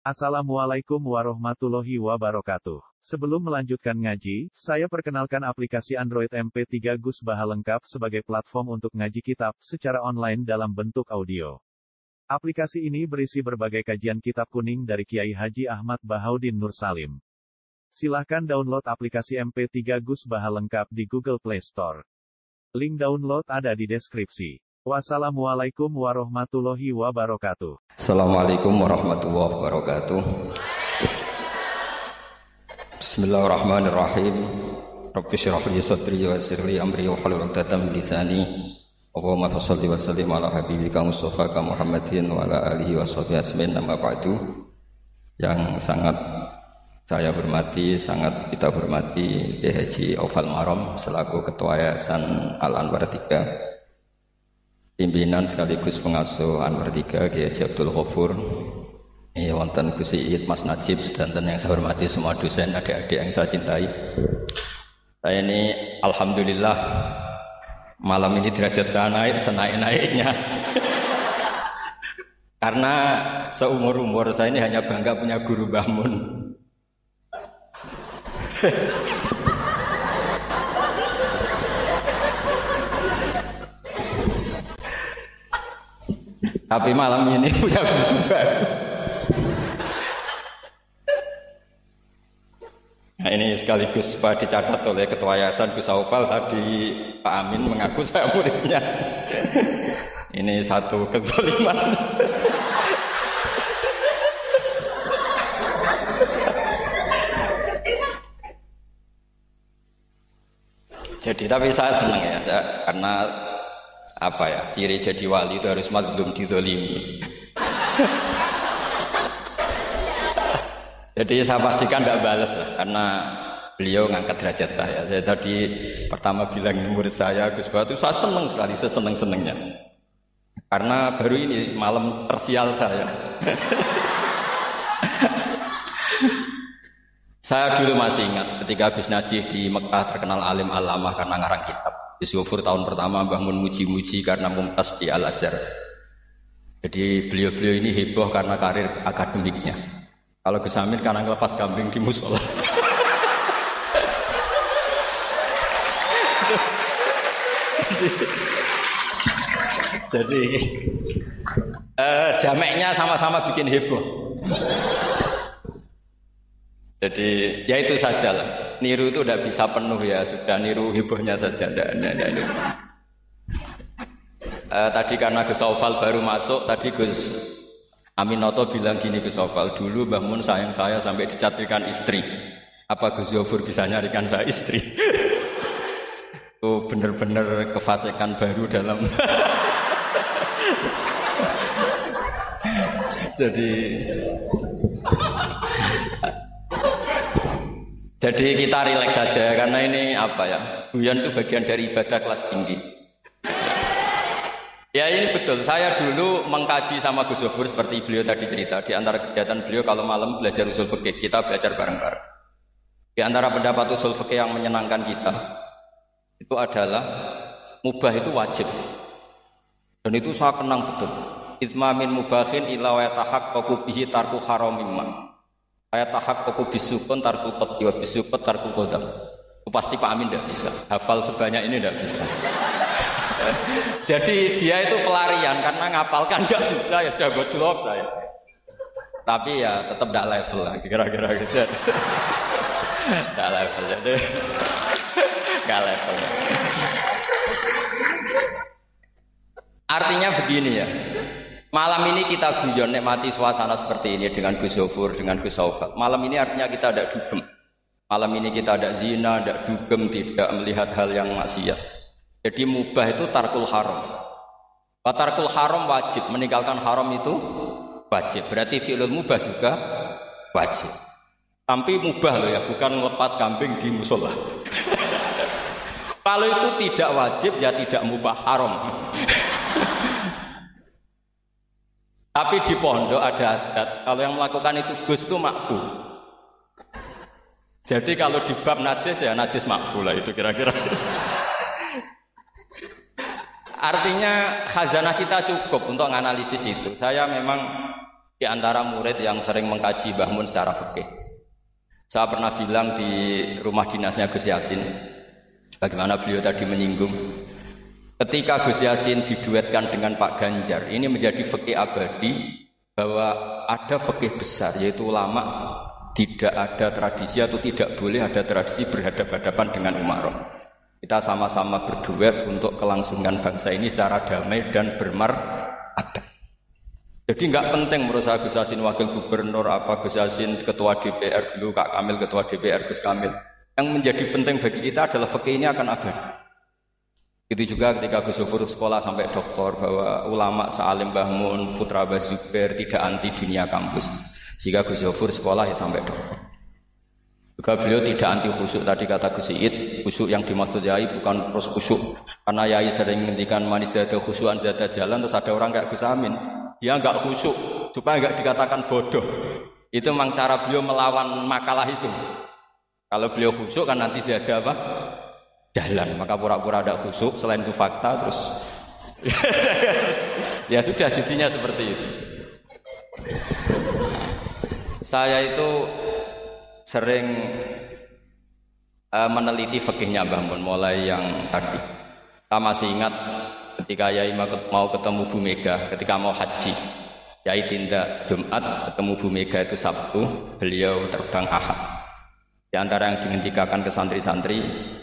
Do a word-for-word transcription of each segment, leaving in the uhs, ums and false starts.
Assalamualaikum warahmatullahi wabarakatuh. Sebelum melanjutkan ngaji, saya perkenalkan aplikasi Android M P tiga Gus Baha lengkap sebagai platform untuk ngaji kitab secara online dalam bentuk audio. Aplikasi ini berisi berbagai kajian kitab kuning dari Kiai Haji Ahmad Bahaudin Nur Salim. Silahkan download aplikasi M P tiga Gus Baha lengkap di Google Play Store. Link download ada di deskripsi. Wassalamualaikum warahmatullahi wabarakatuh. Assalamualaikum warahmatullahi wabarakatuh. Bismillahirrahmanirrahim. Rabbi shrah li sadri wa yassir li amri wa hlul 'uqdatam min lisani. Allahumma shalli wa sallim ala habibika Mustafa Muhammadin wa ala alihi wa sahbihi ajmain. Amma ba'du. Yang sangat saya hormati, sangat kita hormati Kiai Haji Aufal Marom selaku Ketua Yayasan Al Anwar tiga. Pimpinan sekaligus pengasuh Anwar tiga Kiai Haji Abdul Ghafur, ya wonten Gus Iid, Mas Najib, sedanten yang saya hormati semua dosen, adik-adik yang saya cintai. Saya ini alhamdulillah malam ini derajat saya naik senaik-naiknya. Karena seumur-umur saya ini hanya bangga punya guru Mbah Mun. Tapi malam ini punya guru baru. Nah ini sekaligus supaya dicatat oleh Ketua Yayasan Gus Aufal tadi, Pak Amin mengaku saya muridnya. Ini satu kezaliman. Jadi tapi saya senang ya, saya, karena apa ya, ciri jadi wali itu harus mazlum dizalimi. Jadi saya pastikan tidak balas lah, karena beliau ngangkat derajat saya. Saya tadi pertama bilang murid saya Gus Baha itu saya senang sekali, seseneng-senengnya. Karena baru ini malam tersial saya. Saya dulu masih ingat ketika Gus Najih di Mekah terkenal alim alamah karena ngarang kitab. Gus Ghafur tahun pertama Mbah Mun muji-muji karena mumtaz di Al-Azhar. Jadi beliau-beliau ini heboh karena karir akademiknya. Kalau Gus Amin karena ngelepas kambing di musola. Jadi eh, jameknya sama-sama bikin heboh. Jadi ya itu saja lah. Niru itu tidak bisa penuh ya, sudah niru hebohnya saja. Nggak, nggak, nggak, nggak. Uh, tadi karena Gus Aufal baru masuk, tadi Gus Aminoto bilang gini Gus Aufal, dulu Mbah Mun sayang saya sampai dicatrikan istri. Apa Gus Ghafur bisa nyarikan saya istri? Itu benar-benar kefasikan baru dalam. Jadi Jadi kita rileks saja karena ini apa ya, guyon itu bagian dari ibadah kelas tinggi. Ya ini betul, saya dulu mengkaji sama Gus Ghafur seperti beliau tadi cerita. Di antara kegiatan beliau kalau malam belajar usul fikih, kita belajar bareng-bareng. Di antara pendapat usul fikih yang menyenangkan kita itu adalah mubah itu wajib. Dan itu saya kenang betul. Izma min mubahin illa wa yatahaqqaqu bihi tarku haramimma. Ayat tahak pokok bisukun tarkul qad wa bisukun tarkul qadam. Pasti Pak Amin tidak bisa hafal sebanyak ini, tidak bisa. Jadi dia itu pelarian karena ngapalkan tidak bisa, ya sudah gojlok saya. Tapi ya tetap tidak level lah kira-kira gitu. Tidak level jadi tidak level. Artinya begini ya. Malam ini kita guyon nikmati suasana seperti ini dengan Gus Ghafur, dengan Gus Aufal. Malam ini artinya kita ada dugem. Malam ini kita ada zina, ada dugem, tidak melihat hal yang maksiat. Jadi mubah itu tarkul haram. Wa tarkul haram wajib, meninggalkan haram itu wajib. Berarti fi'lul mubah juga wajib. Tapi mubah loh ya, bukan lepas kambing di musola. Kalau itu tidak wajib ya tidak mubah, haram. Tapi di pondok ada adat, kalau yang melakukan itu Gus itu makfu. Jadi kalau di bab najis ya najis makfu lah itu kira-kira. Artinya khazanah kita cukup untuk menganalisis itu. Saya memang di antara murid yang sering mengkaji Mbah Mun secara fikih. Saya pernah bilang di rumah dinasnya Gus Yasin, bagaimana beliau tadi menyinggung, ketika Gus Yasin diduetkan dengan Pak Ganjar, ini menjadi fikih abadi bahwa ada fikih besar, yaitu ulama tidak ada tradisi atau tidak boleh ada tradisi berhadapan-hadapan dengan umarok. Kita sama-sama berduet untuk kelangsungan bangsa ini secara damai dan bermartabat. Jadi enggak penting menurut saya Gus Yasin wakil gubernur, apa Gus Yasin ketua D P R dulu, Kak Kamil ketua D P R, Gus Kamil. Yang menjadi penting bagi kita adalah fikih ini akan abadi. Itu juga ketika Gus Zufur sekolah sampai doktor, bahwa ulama sealim Mbah Mun, putra Mbah Zubair tidak anti dunia kampus. Sehingga Gus Zufur sekolah ya sampai doktor. Juga beliau tidak anti khusyuk, tadi kata Gus Iid, khusyuk yang dimaksud Yai bukan terus khusyuk. Karena Yai sering menghentikan manis zada khusyuan zada jalan, terus ada orang kayak Gus Amin, dia enggak khusyuk supaya enggak dikatakan bodoh. Itu memang cara beliau melawan makalah itu. Kalau beliau khusyuk kan nanti zada apa? Jalan, maka pura-pura ada khusyuk, selain itu fakta terus ya sudah jadinya seperti itu. Saya itu sering uh, meneliti fikihnya Mbah Mun, mulai yang tadi. Kita masih ingat ketika Yai mau ketemu Bu Mega, ketika mau haji. Yai tindak Jumat, ketemu Bu Mega itu Sabtu, beliau terbang Ahad. Di antara yang dihentikan ke santri-santri,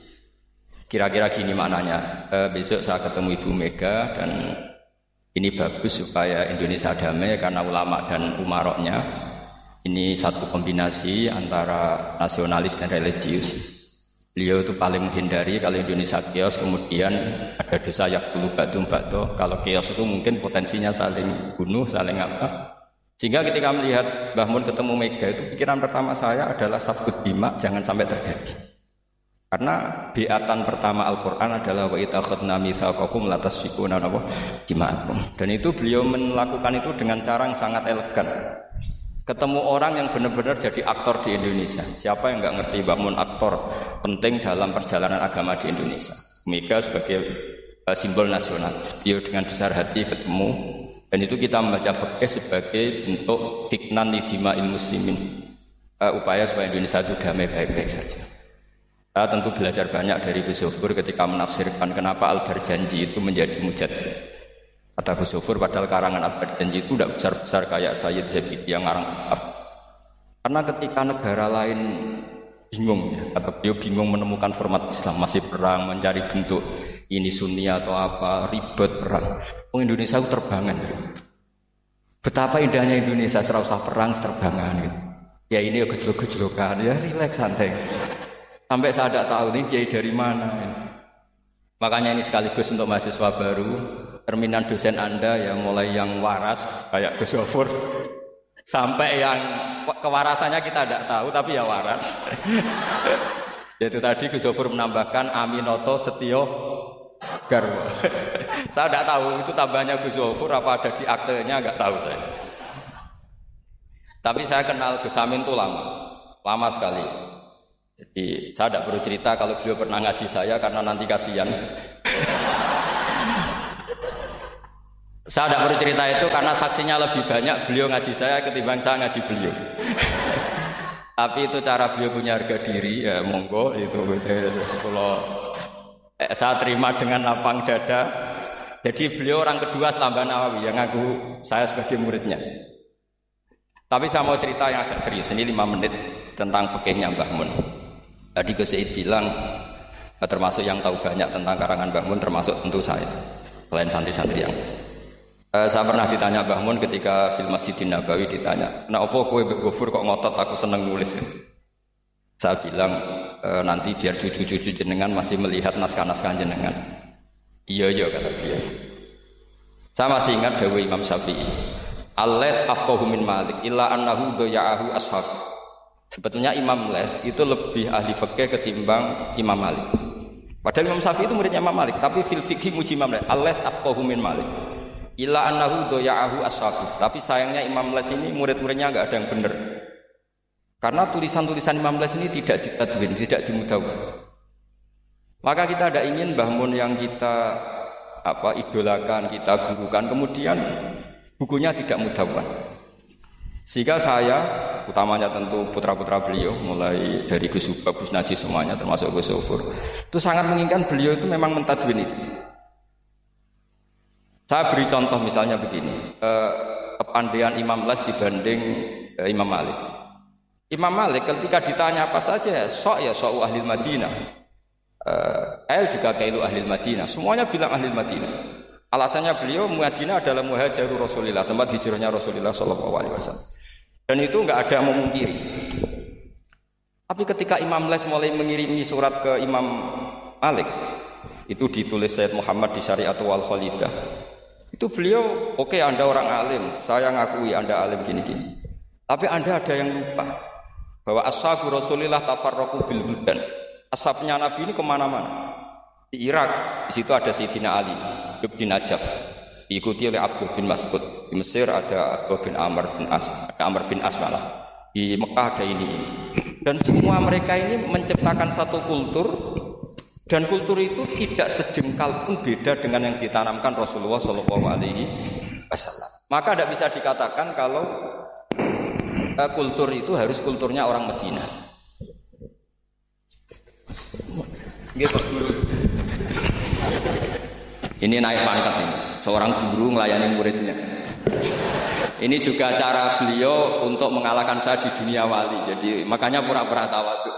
kira-kira gini maknanya, e, besok saya ketemu Ibu Mega dan ini bagus supaya Indonesia damai karena ulama dan umaroknya ini satu kombinasi antara nasionalis dan religius. Beliau itu paling menghindari kalau Indonesia chaos, kemudian ada dosa yakulu batu bakto. Kalau chaos itu mungkin potensinya saling bunuh, saling apa. Sehingga ketika melihat Mbah Mun ketemu Mega itu pikiran pertama saya adalah safkut bima, jangan sampai terjadi. Karena biatan pertama Al-Quran adalah wa itakhadna mitsaqakum la tasfikuna dima'akum. Dan itu beliau melakukan itu dengan cara yang sangat elegan. Ketemu orang yang benar-benar jadi aktor di Indonesia. Siapa yang nggak ngerti Mbah Mun aktor penting dalam perjalanan agama di Indonesia. Mega sebagai uh, simbol nasional. Beliau dengan besar hati ketemu. Dan itu kita membaca fikih sebagai bentuk hiknan lidima'il muslimin. Uh, upaya supaya Indonesia itu damai baik-baik saja. Saya tentu belajar banyak dari Gus Zufur ketika menafsirkan kenapa Al-Barjanji itu menjadi mujaddid. Kata Gus Zufur, padahal karangan Al-Barjanji itu tidak besar-besar kayak Sayyid Zabidi yang ngarang Af. Karena ketika negara lain bingung, ya, kata beliau bingung menemukan format Islam, masih perang, mencari bentuk ini Sunni atau apa, ribet perang. Oh, Indonesia itu terbangan. Gitu. Betapa indahnya Indonesia, serasa perang, terbangan. Gitu. Ya ini gejolak-gejolokan, ya rileks santai. Sampai saya tidak tahu ini kiai dari mana. Ya. Makanya ini sekaligus untuk mahasiswa baru, terminan dosen Anda ya mulai yang waras kayak Gus Zufur sampai yang kewarasannya kita tidak tahu tapi ya waras. Yaitu tadi Gus Zufur menambahkan Aminoto Setio Garwo. Saya tidak tahu itu tambahnya Gus Zufur apa ada di aktenya, nggak tahu saya. Tapi saya kenal Gus Amin itu lama, lama sekali. Jadi saya tidak perlu cerita kalau beliau pernah ngaji saya karena nanti kasihan. Saya tidak perlu cerita itu karena saksinya lebih banyak beliau ngaji saya ketimbang saya ngaji beliau. Tapi itu cara beliau punya harga diri, ya monggo itu sepuluh. Eh, saya terima dengan lapang dada. Jadi beliau orang kedua setelah Mbah Nawawi yang ngaku saya sebagai muridnya. Tapi saya mau cerita yang agak serius, ini lima menit tentang fikihnya Mbah Mun. Tadi Gus Said bilang termasuk yang tahu banyak tentang karangan Mbah Mun termasuk tentu saya, selain santri-santri yang. Uh, saya pernah ditanya Mbah Mun ketika film Masjidin Nabawi ditanya, "Nah, opo kowe mbek Gofur kok ngotot aku seneng nulis?" Saya bilang, e, nanti biar cucu-cucu jenengan masih melihat naskah-naskah jenengan. Iya iya kata beliau. Saya masih ingat dawuh Imam Syafi'i. Al-Laits afqahu min Malik illa annahu daya'ahu ashab. Sebetulnya Imam Laits itu lebih ahli fikih ketimbang Imam Malik. Padahal Imam Syafi'i itu muridnya Imam Malik, tapi fil fikih muji Imam Laits. Al-Laits afqahu min Malik illa annahu daya'ahu ashab. Tapi sayangnya Imam Laits ini murid-muridnya enggak ada yang benar. Karena tulisan-tulisan Imam Laits ini tidak ditadwin, tidak dimudawwan. Maka kita tidak ingin Mbah Mun yang kita apa idolakan, kita gurukan, kemudian bukunya tidak mudawwan. Sehingga saya, utamanya tentu putra-putra beliau, mulai dari Gus Subab, Gus Najih semuanya, termasuk Gus Sofur, itu sangat menginginkan beliau itu memang mentadwin itu. Saya beri contoh misalnya begini, eh, kepandaian Imam Las dibanding eh, Imam Malik. Imam Malik ketika ditanya apa saja, sok ya sok ahli Madinah, eh, El juga kailu ahli Madinah, semuanya bilang ahli Madinah. Alasannya beliau Madinah adalah muhajiru Rasulillah, tempat hijrahnya Rasulullah Shallallahu Alaihi Wasallam. Dan itu nggak ada yang memungkiri. Tapi ketika Imam Les mulai mengirimi surat ke Imam Malik, itu ditulis Sayyid Muhammad di Syariatul Wal Khalidah. Itu beliau, oke okay, Anda orang alim, saya ngakui Anda alim gini-gini. Tapi Anda ada yang lupa bahwa ashabu Rasulillah tafarraqu bil buldan. Ashabnya Nabi ini kemana-mana. Di Irak, di situ ada Sayyidina Ali, hidup di Najaf, diikuti oleh Abdul bin Mas'ud. Di Mesir ada Abdul bin Amr bin As, ada Amr bin As malah. Di Mekah ada ini, ini. Dan semua mereka ini menciptakan satu kultur, dan kultur itu tidak sejengkal pun beda dengan yang ditanamkan Rasulullah Shallallahu Alaihi Wasallam. Maka tidak bisa dikatakan kalau uh, kultur itu harus kulturnya orang Medina. Gitu. Ini naik pangkat ini. Seorang guru melayani muridnya. Ini juga cara beliau untuk mengalahkan saya di dunia wali. Jadi makanya pura-pura tawadhu.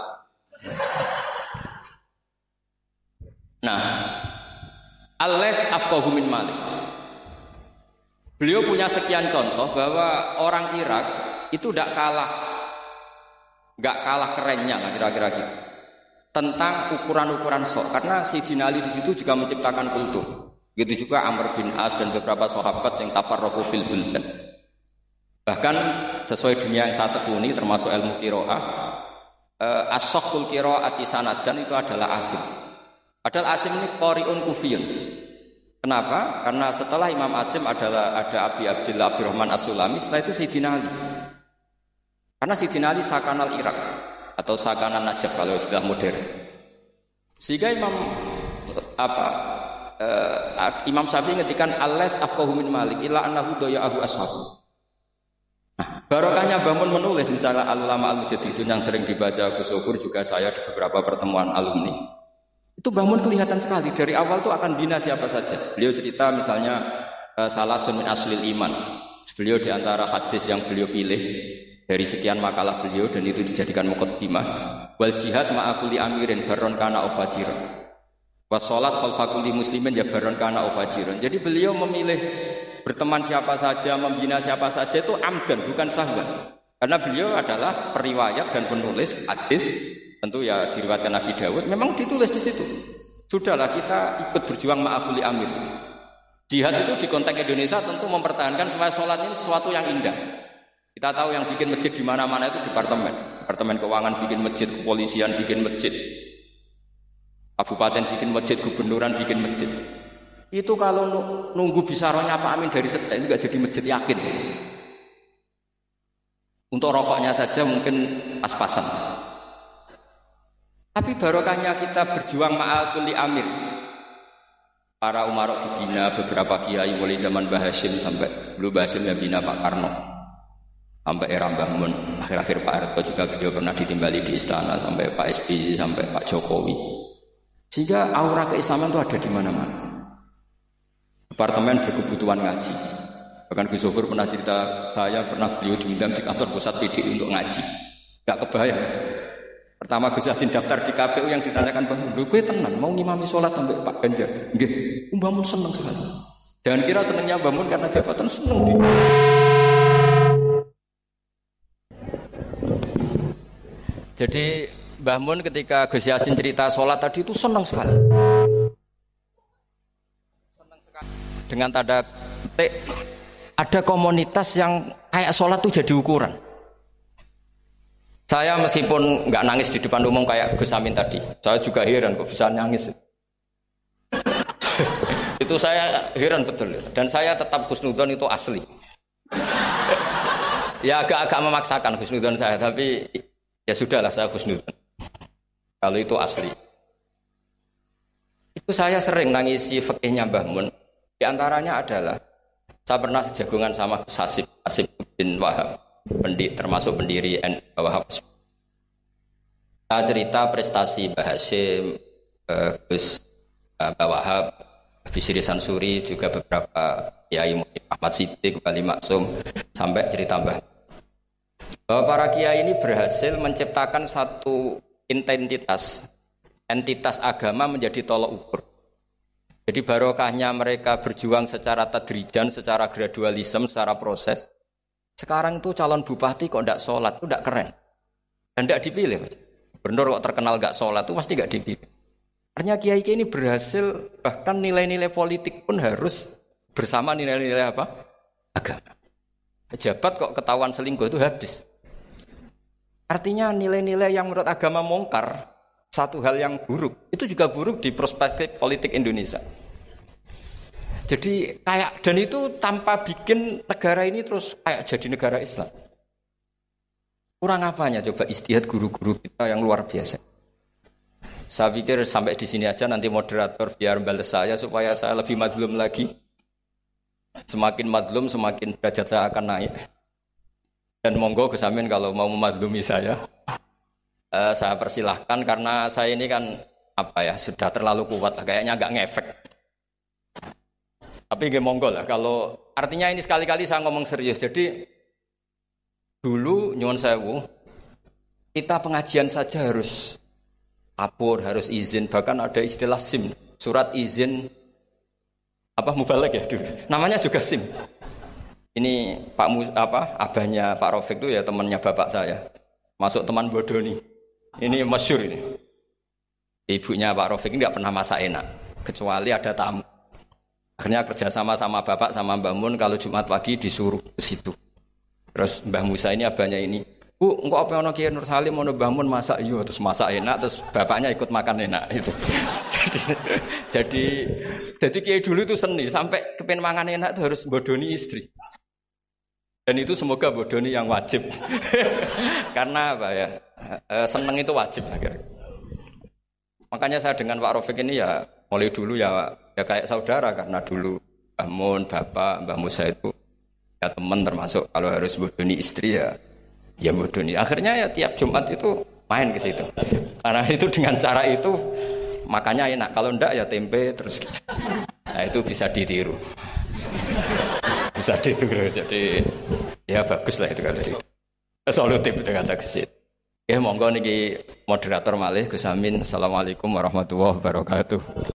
Nah, Al-Laits afqahu min Malik. Beliau punya sekian contoh bahwa orang Irak itu tidak kalah, nggak kalah kerennya lah kira-kira gitu. Tentang ukuran-ukuran sok. Karena Sayyidina Ali di situ juga menciptakan kultur. Begitu juga Amr bin As dan beberapa sahabat yang tafarraqu fil buldan. Bahkan sesuai dunia yang saya tekuni termasuk ilmu qiraah, eh, as-sakhul qiraati sanadan itu adalah Asim. Padahal Asim ini qari'un kufiyun. Kenapa? Karena setelah Imam Asim adalah ada Abi Abdillah Abdurrahman As-Sulami, setelah itu Sayyidina Ali. Karena Sayyidina Ali sakanal Irak atau sakanal Najaf kalau istilah modern. Sehingga Imam apa Uh, Imam Syafi'i ngetikan Al-Laits afqahu min Malik illa annahu daya'ahu ashabu. Nah, barokahnya bangun menulis misalnya al-ulama al-mujaddidun yang sering dibaca Gus Sofur juga saya di beberapa pertemuan alumni. Itu bangun kelihatan sekali dari awal tuh akan bina siapa saja. Beliau cerita misalnya uh, salasun min aslil iman. Beliau di antara hadis yang beliau pilih dari sekian makalah beliau dan itu dijadikan muqaddimah wal jihad ma'akuli amirin baron kana ufajir. Wassalat khalfa kulli muslimin ya baron kana ufajiran. Jadi beliau memilih berteman siapa saja, membina siapa saja itu amdan bukan sahwan. Karena beliau adalah periwayat dan penulis hadis, tentu ya diriwayatkan Nabi Dawud, memang ditulis di situ. Sudahlah kita ikut berjuang ma'akuli amir. Jihad itu di konteks Indonesia tentu mempertahankan supaya sholat ini sesuatu yang indah. Kita tahu yang bikin masjid di mana-mana itu departemen, departemen keuangan bikin masjid, kepolisian bikin masjid. Kabupaten bikin masjid, gubernuran bikin masjid. Itu kalau nunggu bisaronya Pak Amin dari setek itu gak jadi masjid yakin. Untuk rokoknya saja mungkin pas-pasan. Tapi barokahnya kita berjuang ma'al kulli amir. Para umarok dibina beberapa kiai mulai zaman Mbah Hasyim sampai belum Mbah Hasyim yang bina Pak Karno. Sampai era Mbah Mun, akhir-akhir Pak Harto juga beliau pernah ditimbali di istana sampai Pak S B Y sampai Pak Jokowi. Sehingga aura keislaman itu ada di mana-mana. Departemen berkebutuhan ngaji. Bahkan Gus Sofur pernah cerita, saya pernah beliau diundang di kantor pusat P D I untuk ngaji. Gak kebayang. Pertama Gus Yassin daftar di K P U yang ditanyakan Bang, "Lho kowe tenan mau ngimami sholat sampai Pak Ganjar?" Nggih. Mbah Mun seneng sekali. Jangan kira senengnya Mbah Mun karena jabatan, seneng di. Jadi Mbah Mun ketika Gus Yassin cerita sholat tadi itu senang sekali. Senang sekali. Dengan tanda petik ada komunitas yang kayak sholat itu jadi ukuran. Saya meskipun nggak nangis di depan umum kayak Gus Amin tadi, saya juga heran kok bisa nangis. Itu saya heran betul. Dan saya tetap husnudzon itu asli. Ya agak-agak memaksakan husnudzon saya, tapi ya sudahlah saya husnudzon. Kalau itu asli. Itu saya sering nangisi fikihnya Mbah Mun. Di antaranya adalah saya pernah sejagongan sama Gus Hasib, Hasib bin Wahab. pendik termasuk pendiri N U Wahab. Kita cerita prestasi Mbah Hasyim, uh, Gus uh, Mbah Wahab, Bisri Sansuri, juga beberapa Kiai Ahmad Siddiq, Wali Maksum, sampai cerita Mbah. Bahwa para kiai ini berhasil menciptakan satu identitas, entitas agama menjadi tolok ukur. Jadi barokahnya mereka berjuang secara tadrijan, secara gradualisme, secara proses. Sekarang itu calon bupati kok tidak sholat, itu tidak keren. Dan tidak dipilih. Gubernur kok terkenal nggak sholat itu pasti nggak dipilih. Artinya kiai kiai ini berhasil, bahkan nilai-nilai politik pun harus bersama nilai-nilai apa? Agama. Pejabat kok ketahuan selingkuh itu habis. Artinya nilai-nilai yang menurut agama mungkar, satu hal yang buruk, itu juga buruk di perspektif politik Indonesia. Jadi kayak, dan itu tanpa bikin negara ini terus kayak jadi negara Islam. Kurang apanya coba ijtihad guru-guru kita yang luar biasa. Saya pikir sampai di sini aja, nanti moderator biar balas saya supaya saya lebih madlum lagi. Semakin madlum semakin derajat saya akan naik. Dan monggo Gus Amin kalau mau memadlumi saya, uh, saya persilahkan karena saya ini kan apa ya sudah terlalu kuat lah, kayaknya agak ngefek. Tapi nggih monggo lah, kalau artinya ini sekali-kali saya ngomong serius. Jadi dulu nyuwun sewu, kita pengajian saja harus lapor, harus izin, bahkan ada istilah SIM, surat izin apa mubalek ya dulu. Namanya juga SIM. Ini Pak Mus, apa abahnya Pak Rafiq itu ya temannya bapak saya. Masuk teman bodoni. Ini masyhur ini. Ibunya Pak Rafiq ini enggak pernah masak enak kecuali ada tamu. Akhirnya kerjasama sama bapak sama Mbah Mun kalau Jumat pagi disuruh ke situ. Terus Mbah Musa ini abahnya ini, Bu, engko apa ono Kiai Nur Salim ono Mbah Mun masak iya, terus masak enak, terus bapaknya ikut makan enak itu. jadi jadi jadi Kiai dulu itu seni sampai kepen mangan enak itu harus bodoni istri. Dan itu semoga bodoni yang wajib. Karena apa ya? Seneng itu wajib akhirnya. Makanya saya dengan Pak Rafiq ini ya mulai dulu ya ya kayak saudara karena dulu Mbah Mun, Bapak, Mbah Musa itu ya teman termasuk kalau harus bodoni istri ya ya bodoni. Akhirnya ya tiap Jumat itu main ke situ. Karena itu dengan cara itu makanya enak. Kalau enggak ya tempe terus gitu. Nah itu bisa ditiru. Bisa ditiru. Jadi ya bagus lah itu kalau itu. Solutif itu kata kesit. Ya monggo niki moderator malih Gus Amin. Assalamualaikum warahmatullahi wabarakatuh.